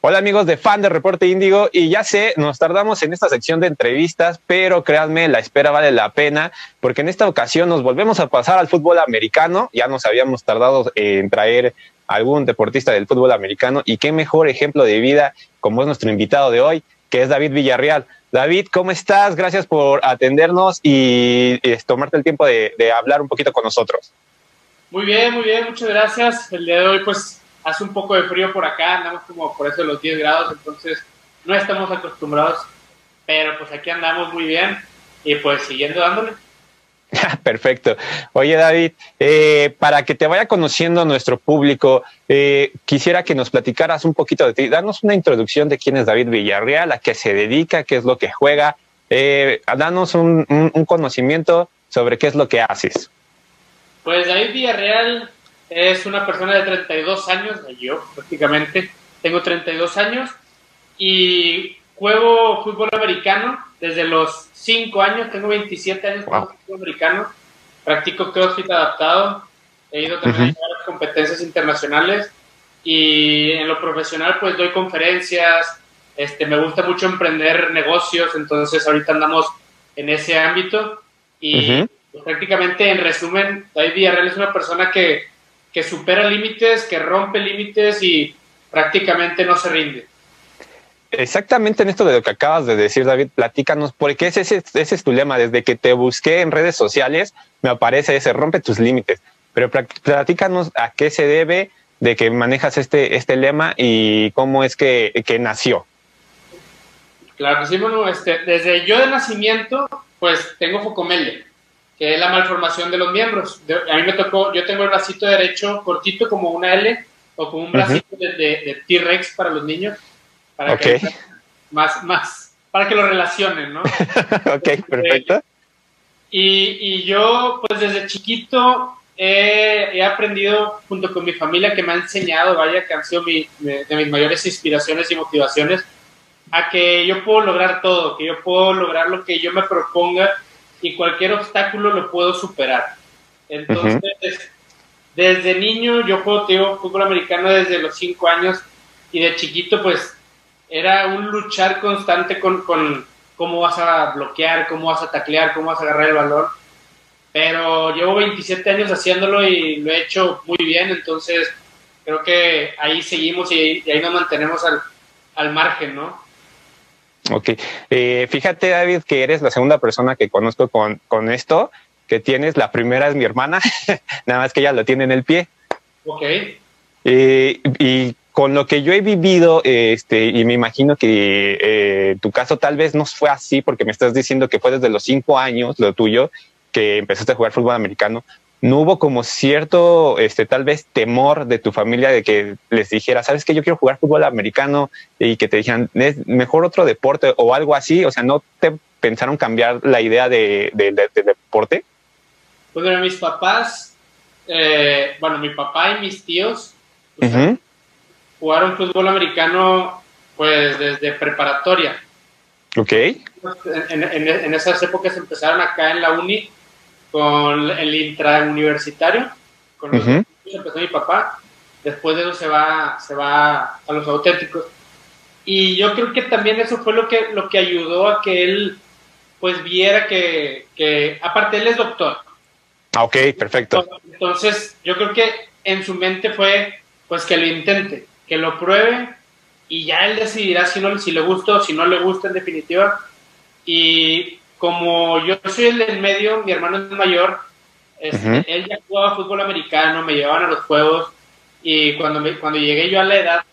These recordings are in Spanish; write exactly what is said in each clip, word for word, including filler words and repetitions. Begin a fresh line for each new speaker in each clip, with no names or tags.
Hola amigos de Fan de Reporte Índigo, y ya sé, nos tardamos en esta sección de entrevistas, pero créanme, la espera vale la pena, porque en esta ocasión nos volvemos a pasar al fútbol americano. Ya nos habíamos tardado en traer algún deportista del fútbol americano, y qué mejor ejemplo de vida como es nuestro invitado de hoy, que es David Villarreal. David, ¿cómo estás? Gracias por atendernos y, y tomarte el tiempo de, de hablar un poquito con nosotros.
Muy bien, muy bien, muchas gracias. El día de hoy pues hace un poco de frío por acá, andamos como por eso de los diez grados, entonces no estamos acostumbrados, pero pues aquí andamos muy bien y pues siguiendo dándole.
Perfecto. Oye, David, eh, para que te vaya conociendo nuestro público, eh, quisiera que nos platicaras un poquito de ti. Danos una introducción de quién es David Villarreal, a qué se dedica, qué es lo que juega. Eh, danos un, un, un conocimiento sobre qué es lo que haces.
Pues David Villarreal es una persona de treinta y dos años, yo prácticamente tengo treinta y dos años y juego fútbol americano desde los cinco años, tengo veintisiete años jugando wow. fútbol americano, practico CrossFit adaptado, he ido también uh-huh. a las competencias internacionales y en lo profesional pues doy conferencias, este, me gusta mucho emprender negocios, entonces ahorita andamos en ese ámbito y uh-huh. pues, prácticamente en resumen David Villarreal es una persona que, que supera límites, que rompe límites y prácticamente no se rinde.
Exactamente en esto de lo que acabas de decir, David, platícanos, porque ese, ese, ese es tu lema. Desde que te busqué en redes sociales, me aparece ese, rompe tus límites. Pero platícanos a qué se debe de que manejas este, este lema y cómo es que, que nació.
Claro que sí, bueno, este, desde yo de nacimiento, pues tengo focomelia, que es la malformación de los miembros. De, a mí me tocó, yo tengo el bracito derecho cortito como una L, o como un bracito uh-huh. de, de, de T-Rex para los niños. Para
okay.
que más, más, para que lo relacionen, ¿no?
Ok, perfecto.
Y, y yo, pues desde chiquito he, he aprendido junto con mi familia, que me ha enseñado, vaya, que han sido mi, de, de mis mayores inspiraciones y motivaciones, a que yo puedo lograr todo, que yo puedo lograr lo que yo me proponga y cualquier obstáculo lo puedo superar. Entonces, uh-huh. desde niño yo juego, tío, fútbol americano desde los cinco años y de chiquito, pues, era un luchar constante con, con cómo vas a bloquear, cómo vas a taclear, cómo vas a agarrar el balón. Pero llevo veintisiete años haciéndolo y lo he hecho muy bien, entonces creo que ahí seguimos y, y ahí nos mantenemos al, al margen, ¿no?
Ok. Eh, fíjate, David, que eres la segunda persona que conozco con, con esto que tienes. La primera es mi hermana, nada más que ella lo tiene en el pie.
Ok.
Eh, y con lo que yo he vivido, este, y me imagino que eh, tu caso tal vez no fue así, porque me estás diciendo que fue desde los cinco años lo tuyo que empezaste a jugar fútbol americano. ¿No hubo como cierto, este, tal vez temor de tu familia de que les dijera, sabes que yo quiero jugar fútbol americano, y que te dijeran, es mejor otro deporte o algo así? O sea, ¿no te pensaron cambiar la idea de, de, de, de deporte?
Pues bueno, mis papás, eh, bueno, mi papá y mis tíos, pues, uh-huh. jugaron fútbol americano pues desde preparatoria.
Ok.
En, en, en esas épocas empezaron acá en la uni con el intrauniversitario, con los uh-huh. empezó mi papá, después de eso se va, se va a los auténticos. Y yo creo que también eso fue lo que, lo que ayudó a que él pues viera que, que aparte él es doctor.
Ah, ok, perfecto.
Entonces yo creo que en su mente fue pues que lo intente, que lo pruebe y ya él decidirá si, no, si le gusta o si no le gusta en definitiva. Y como yo soy el del medio, mi hermano es mayor, este, uh-huh. él ya jugaba fútbol americano, me llevaban a los juegos y cuando, me, cuando llegué yo a la edad,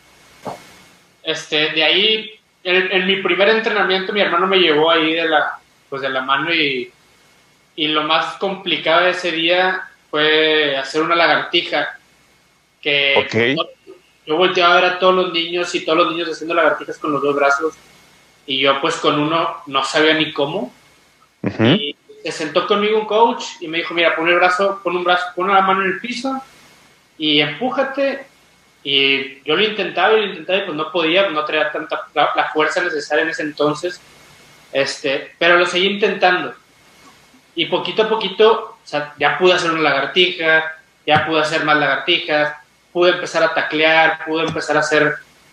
este, de ahí, en, en mi primer entrenamiento mi hermano me llevó ahí de la, pues de la mano y, y lo más complicado de ese día fue hacer una lagartija. Que
okay.
yo volteaba a ver a todos los niños y todos los niños haciendo lagartijas con los dos brazos y yo pues con uno no sabía ni cómo. Uh-huh. Y se sentó conmigo un coach y me dijo, mira, pon el brazo, pon un brazo, pon la mano en el piso y empújate. Y yo lo intentaba y lo intentaba y pues no podía, no traía tanta la, la fuerza necesaria en ese entonces, este, pero lo seguí intentando y poquito a poquito, o sea, ya pude hacer una lagartija, ya pude hacer más lagartijas, pude empezar a taclear, pude empezar a hacer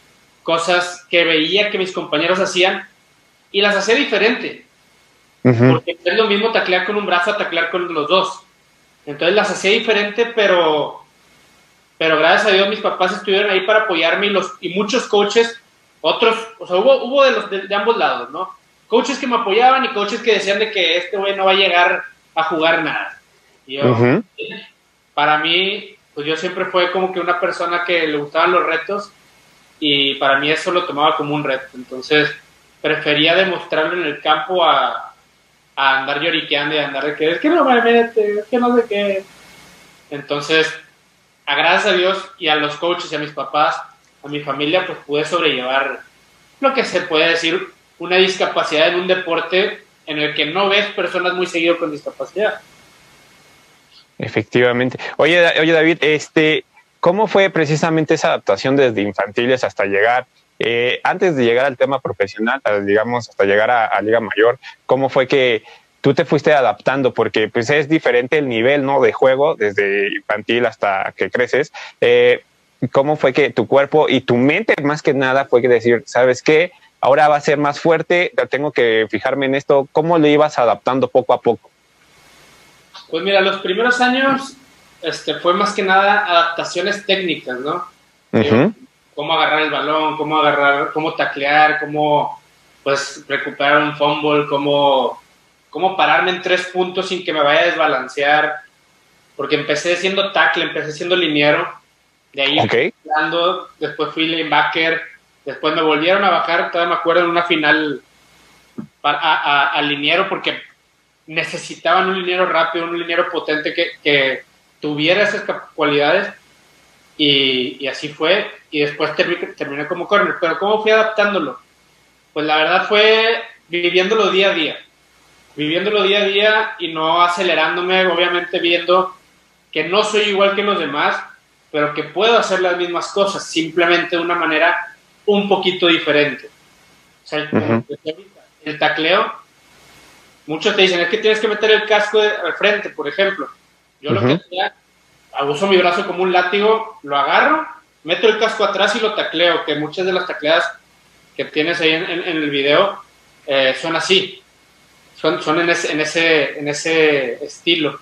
cosas que veía que mis compañeros hacían y las hacía diferente. Uh-huh. Porque es lo mismo taclear con un brazo a taclear con los dos. Entonces las hacía diferente, pero, pero gracias a Dios mis papás estuvieron ahí para apoyarme y, los, y muchos coaches, otros, o sea, hubo, hubo de, los, de, de ambos lados, ¿no? Coaches que me apoyaban y coaches que decían de que este güey no va a llegar a jugar nada. Y yo, uh-huh. Para mí, pues yo siempre fue como que una persona que le gustaban los retos y para mí eso lo tomaba como un reto. Entonces prefería demostrarlo en el campo a, a andar lloriqueando y a andar de que es que no me mete, es que no sé qué. Entonces, a gracias a Dios y a los coaches y a mis papás, a mi familia, pues pude sobrellevar lo que se puede decir una discapacidad en un deporte en el que no ves personas muy seguido con discapacidad.
Efectivamente. Oye, oye David, este, ¿cómo fue precisamente esa adaptación desde infantiles hasta llegar, eh, antes de llegar al tema profesional, digamos, hasta llegar a, a Liga Mayor? ¿Cómo fue que tú te fuiste adaptando? Porque pues es diferente el nivel, ¿no?, de juego desde infantil hasta que creces. Eh, ¿Cómo fue que tu cuerpo y tu mente, más que nada, fue que decir, ¿sabes qué? Ahora va a ser más fuerte, tengo que fijarme en esto. ¿Cómo lo ibas adaptando poco a poco?
Pues mira, los primeros años este, fue más que nada adaptaciones técnicas, ¿no? Uh-huh. Cómo agarrar el balón, cómo agarrar, cómo taclear, cómo pues recuperar un fumble, cómo, cómo pararme en tres puntos sin que me vaya a desbalancear. Porque empecé siendo tackle, empecé siendo liniero, de ahí
okay.
jugando, después fui linebacker, después me volvieron a bajar, todavía me acuerdo en una final a, a, a liniero porque necesitaban un liniero rápido, un liniero potente que, que tuviera esas cualidades y, y así fue, y después terminé, terminé como corner. Pero ¿cómo fui adaptándolo? Pues la verdad fue viviéndolo día a día, viviéndolo día a día y no acelerándome, obviamente viendo que no soy igual que los demás, pero que puedo hacer las mismas cosas, simplemente de una manera un poquito diferente. O sea, el, uh-huh. el tacleo, muchos te dicen, es que tienes que meter el casco de, al frente, por ejemplo. Yo uh-huh. lo que hacía, uso mi brazo como un látigo, lo agarro, meto el casco atrás y lo tacleo, que muchas de las tacleadas que tienes ahí en, en, en el video eh, son así, son, son en, ese, en, ese, en ese estilo.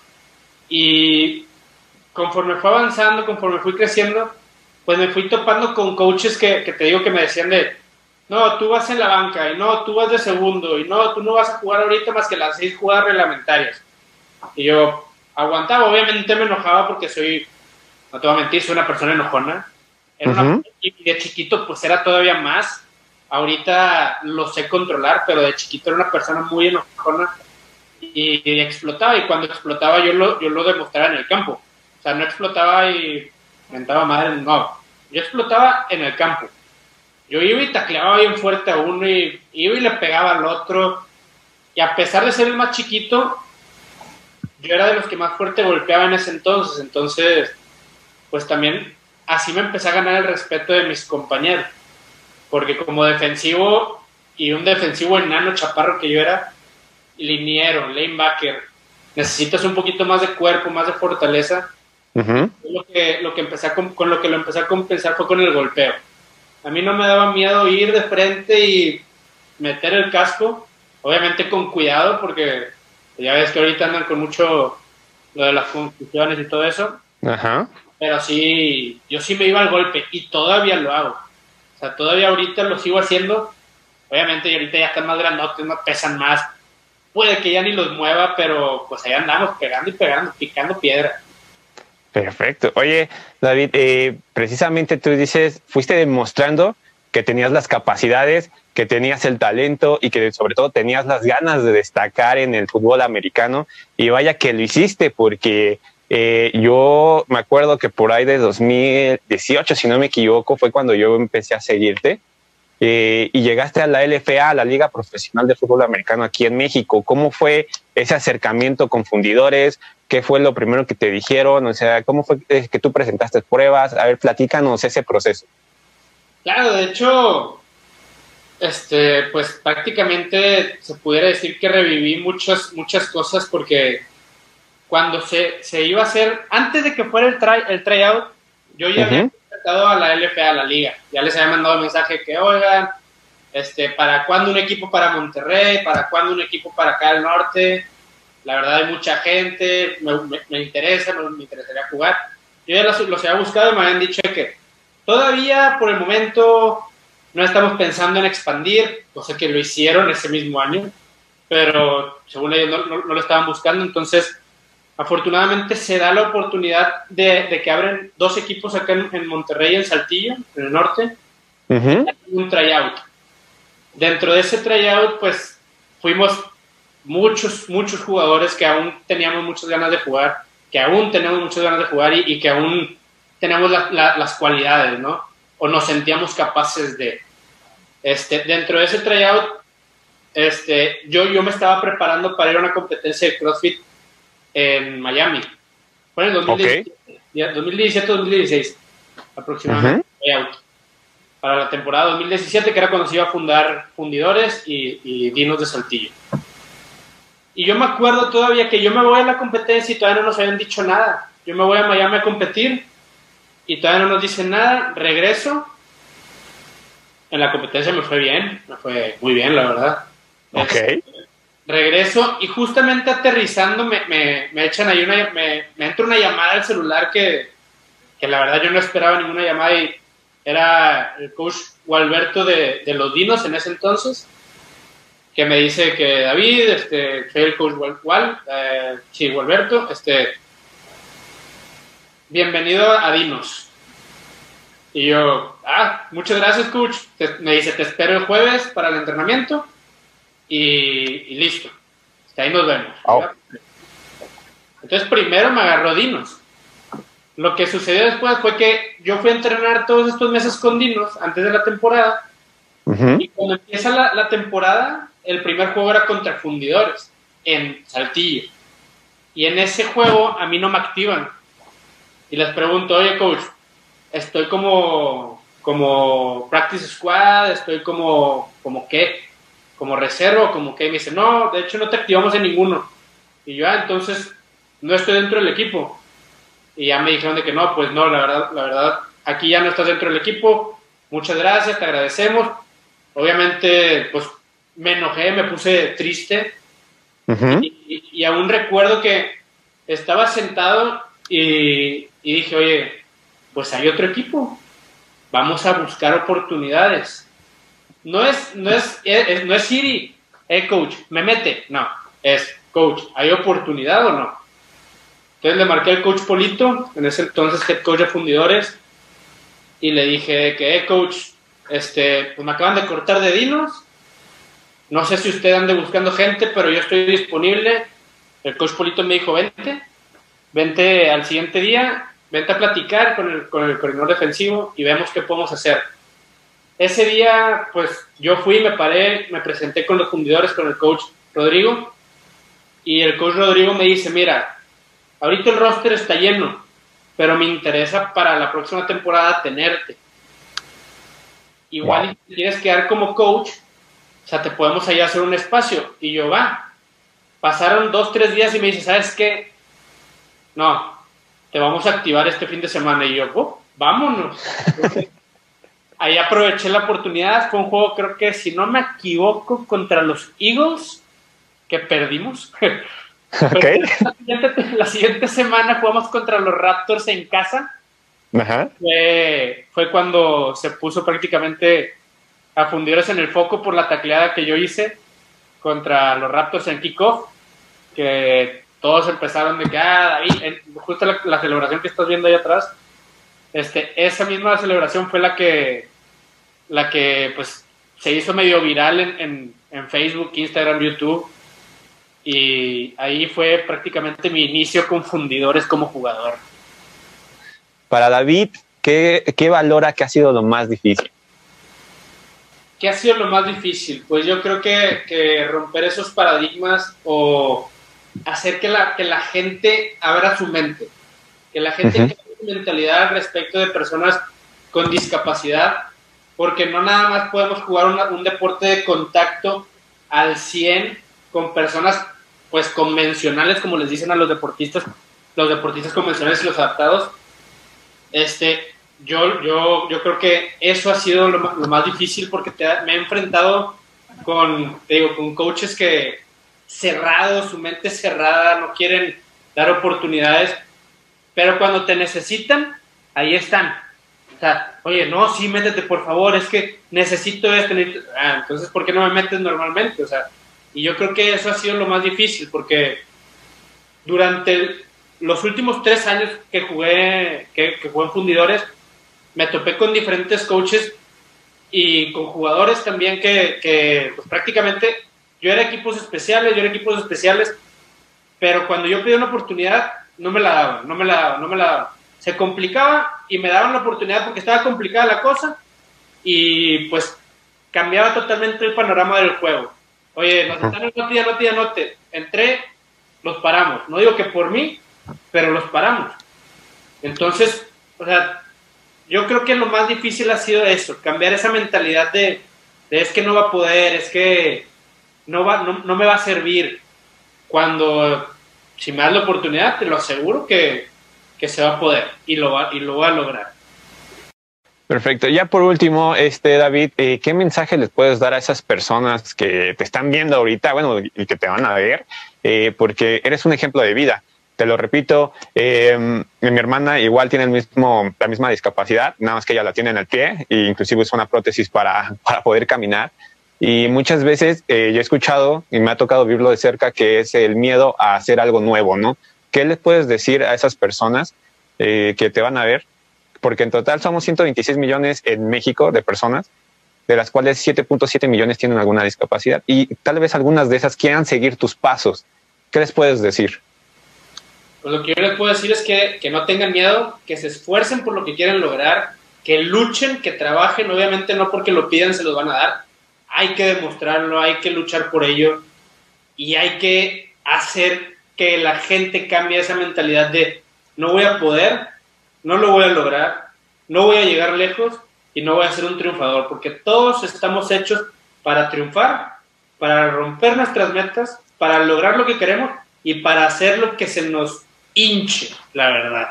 Y conforme fue avanzando, conforme fui creciendo, pues me fui topando con coaches que, que te digo que me decían de, no, tú vas en la banca, y no, tú vas de segundo, y no, tú no vas a jugar ahorita más que las seis jugadas reglamentarias. Y yo aguantaba, obviamente me enojaba porque soy, no te voy a mentir, soy una persona enojona. Era uh-huh. una, y de chiquito pues era todavía más. Ahorita lo sé controlar, pero de chiquito era una persona muy enojona y, y explotaba, y cuando explotaba yo lo, yo lo demostraba en el campo. O sea, no explotaba y mentaba madre, no. Yo explotaba en el campo. Yo iba y tacleaba bien fuerte a uno y iba y le pegaba al otro. Y a pesar de ser el más chiquito, yo era de los que más fuerte golpeaba en ese entonces. Entonces, pues también así me empecé a ganar el respeto de mis compañeros. Porque como defensivo, y un defensivo enano chaparro que yo era, liniero, linebacker, necesitas un poquito más de cuerpo, más de fortaleza. Uh-huh. Lo que, lo que empecé a, con lo que lo empecé a compensar fue con el golpeo. A mí no me daba miedo ir de frente y meter el casco, obviamente con cuidado, porque ya ves que ahorita andan con mucho lo de las confusiones y todo eso.
Uh-huh.
Pero sí, yo sí me iba al golpe y todavía lo hago. O sea, todavía ahorita lo sigo haciendo. Obviamente y ahorita ya están más grandotes, no pesan más. Puede que ya ni los mueva, pero pues ahí andamos pegando y pegando, picando piedra.
Perfecto. Oye, David, eh, precisamente tú dices, fuiste demostrando que tenías las capacidades, que tenías el talento y que sobre todo tenías las ganas de destacar en el fútbol americano. Y vaya que lo hiciste, porque eh, yo me acuerdo que por ahí de dos mil dieciocho, si no me equivoco, fue cuando yo empecé a seguirte. Eh, y llegaste a la L F A, la Liga Profesional de Fútbol Americano aquí en México. ¿Cómo fue ese acercamiento con fundidores? ¿Qué fue lo primero que te dijeron? O sea, ¿cómo fue que tú presentaste pruebas? A ver, platícanos ese proceso.
Claro, de hecho, este, pues prácticamente se pudiera decir que reviví muchas, muchas cosas, porque cuando se, se iba a hacer, antes de que fuera el, try, el tryout, yo ya uh-huh. había contactado a la L F A, a la liga. Ya les había mandado mensaje que, oigan, este, ¿para cuándo un equipo para Monterrey? ¿Para cuándo un equipo para acá al norte? La verdad hay mucha gente, me, me, me interesa, me, me interesaría jugar. Yo ya los, los había buscado y me habían dicho que todavía por el momento no estamos pensando en expandir, cosa que lo hicieron ese mismo año, pero según ellos no, no, no lo estaban buscando. Entonces afortunadamente se da la oportunidad de, de que abren dos equipos acá en, en Monterrey, en Saltillo, en el norte, uh-huh. un tryout. Dentro de ese tryout, pues, fuimos muchos, muchos jugadores que aún teníamos muchas ganas de jugar, que aún tenemos muchas ganas de jugar y, y que aún tenemos la, la, las cualidades, ¿no? O nos sentíamos capaces de. Este, dentro de ese tryout, este, yo, yo me estaba preparando para ir a una competencia de CrossFit en Miami. Fue en el dos mil diecisiete dos mil dieciséis aproximadamente. Uh-huh. Para la temporada dos mil diecisiete, que era cuando se iba a fundar Fundidores y, y Dinos de Saltillo. Y yo me acuerdo todavía que yo me voy a la competencia y todavía no nos habían dicho nada. Yo me voy a Miami a competir y todavía no nos dicen nada. Regreso. En la competencia me fue bien, me fue muy bien, la verdad.
Ok.
Este, regreso y justamente aterrizando me, me, me echan ahí una, me, me entra una llamada al celular que, que la verdad yo no esperaba ninguna llamada y era el coach Gualberto de, de los Dinos en ese entonces, que me dice que David, este, soy el coach Gual, eh, sí, Gualberto, este, bienvenido a Dinos. Y yo, ah, muchas gracias coach, te, me dice, te espero el jueves para el entrenamiento y, y listo, ahí nos vemos. Oh. Entonces primero me agarró Dinos. Lo que sucedió después fue que yo fui a entrenar todos estos meses con Dinos antes de la temporada. Uh-huh. Y cuando empieza la, la temporada, el primer juego era contra Fundidores en Saltillo. Y en ese juego a mí no me activan. Y les pregunto, oye coach, estoy como, como practice squad, estoy como, como qué, como reserva, como qué. Y me dice, no, de hecho no te activamos en ninguno. Y yo, ah, entonces no estoy dentro del equipo. Y ya me dijeron de que no, pues no, la verdad, la verdad, aquí ya no estás dentro del equipo, muchas gracias, te agradecemos. Obviamente, pues me enojé, me puse triste. Uh-huh. y, y, y aún recuerdo que estaba sentado y, y dije, oye, pues hay otro equipo, vamos a buscar oportunidades. No es, no es, es no es Siri, eh, coach, me mete, no, es coach, ¿hay oportunidad o no? Entonces le marqué al coach Polito, en ese entonces head coach de Fundidores, y le dije que, eh, coach, este, pues me acaban de cortar de Dinos, no sé si usted ande buscando gente, pero yo estoy disponible. El coach Polito me dijo, vente, vente al siguiente día, vente a platicar con el, con el coordinador defensivo y vemos qué podemos hacer. Ese día, pues, yo fui, me paré, me presenté con los Fundidores, con el coach Rodrigo, y el coach Rodrigo me dice, mira, ahorita el roster está lleno, pero me interesa para la próxima temporada tenerte. Igual wow. Si te quieres quedar como coach, o sea, te podemos ahí hacer un espacio. Y yo, va. Pasaron dos, tres días y me dice, ¿sabes qué? No, te vamos a activar este fin de semana. Y yo, oh, vámonos. Entonces, ahí aproveché la oportunidad. Fue un juego, creo que, si no me equivoco, contra los Eagles, que perdimos. Okay. La, siguiente, la siguiente semana jugamos contra los Raptors en casa. Uh-huh. Fue, fue cuando se puso prácticamente a Fundidores en el foco por la tacleada que yo hice contra los Raptors en kickoff, que todos empezaron de que, ah, David, en, justo la, la celebración que estás viendo ahí atrás, este, esa misma celebración fue la que, la que pues se hizo medio viral en, en, en Facebook, Instagram, YouTube. Y ahí fue prácticamente mi inicio con Fundidores como jugador.
Para David, ¿qué, qué valora que ha sido lo más difícil?
¿Qué ha sido lo más difícil? Pues yo creo que, que romper esos paradigmas o hacer que la, que la gente abra su mente, que la gente uh-huh. tenga su mentalidad al respecto de personas con discapacidad, porque no nada más podemos jugar una, un deporte de contacto al cien con personas pues convencionales, como les dicen a los deportistas, los deportistas convencionales y los adaptados. Este, yo, yo, yo creo que eso ha sido lo, lo más difícil porque te, me he enfrentado con, te digo, con coaches que cerrados, su mente cerrada, no quieren dar oportunidades, pero cuando te necesitan, ahí están. O sea, oye, no, sí, métete, por favor, es que necesito esto. Necesito... Ah, entonces, ¿por qué no me metes normalmente? O sea, y yo creo que eso ha sido lo más difícil, porque durante el, los últimos tres años que jugué, que, que jugué en Fundidores, me topé con diferentes coaches y con jugadores también que, que pues, prácticamente yo era equipos especiales, yo era equipos especiales, pero cuando yo pedía una oportunidad, no me la daban, no me la daban, no me la daban. Se complicaba y me daban la oportunidad porque estaba complicada la cosa y pues cambiaba totalmente el panorama del juego. Oye, nos están anote, anote, anote. Entré, los paramos. No digo que por mí, pero los paramos. Entonces, o sea, yo creo que lo más difícil ha sido eso, cambiar esa mentalidad de, de es que no va a poder, es que no, va, no, no me va a servir. Cuando, si me das la oportunidad, te lo aseguro que, que se va a poder y lo va, y lo va a lograr.
Perfecto. Ya por último, este David, eh, ¿qué mensaje les puedes dar a esas personas que te están viendo ahorita, bueno, y que te van a ver? Eh, porque eres un ejemplo de vida. Te lo repito, eh, mi hermana igual tiene el mismo, la misma discapacidad, nada más que ella la tiene en el pie e inclusive usa una prótesis para, para poder caminar. Y muchas veces eh, yo he escuchado y me ha tocado vivirlo de cerca, que es el miedo a hacer algo nuevo, ¿no? ¿Qué les puedes decir a esas personas eh, que te van a ver? Porque en total somos ciento veintiséis millones en México de personas, de las cuales siete punto siete millones tienen alguna discapacidad y tal vez algunas de esas quieran seguir tus pasos. ¿Qué les puedes decir?
Pues lo que yo les puedo decir es que, que no tengan miedo, que se esfuercen por lo que quieren lograr, que luchen, que trabajen. Obviamente no porque lo pidan se los van a dar. Hay que demostrarlo, hay que luchar por ello y hay que hacer que la gente cambie esa mentalidad de no voy a poder, no lo voy a lograr, no voy a llegar lejos y no voy a ser un triunfador, porque todos estamos hechos para triunfar, para romper nuestras metas, para lograr lo que queremos y para hacer lo que se nos hinche, la verdad.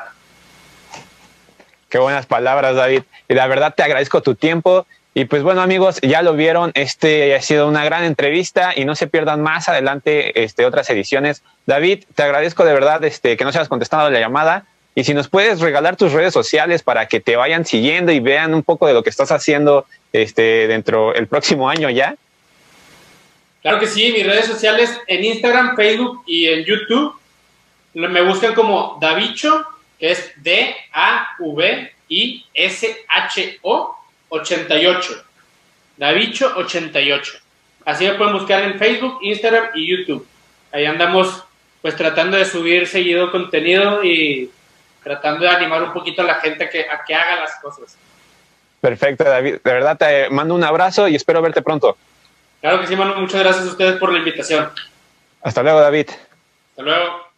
Qué buenas palabras, David. Y la verdad te agradezco tu tiempo. Y pues bueno, amigos, ya lo vieron, este ha sido una gran entrevista y no se pierdan más adelante este, otras ediciones. David, te agradezco de verdad este, que nos hayas contestado la llamada. Y si nos puedes regalar tus redes sociales para que te vayan siguiendo y vean un poco de lo que estás haciendo este, dentro del próximo año ya.
Claro que sí, mis redes sociales en Instagram, Facebook y en YouTube me buscan como Davicho, que es D A V I S H O ochenta y ocho. Davicho ochenta y ocho. Así me pueden buscar en Facebook, Instagram y YouTube. Ahí andamos pues tratando de subir seguido contenido y tratando de animar un poquito a la gente a que, a que haga las cosas.
Perfecto, David. De verdad te mando un abrazo y espero verte pronto.
Claro que sí, mano. Muchas gracias a ustedes por la invitación.
Hasta luego, David.
Hasta luego.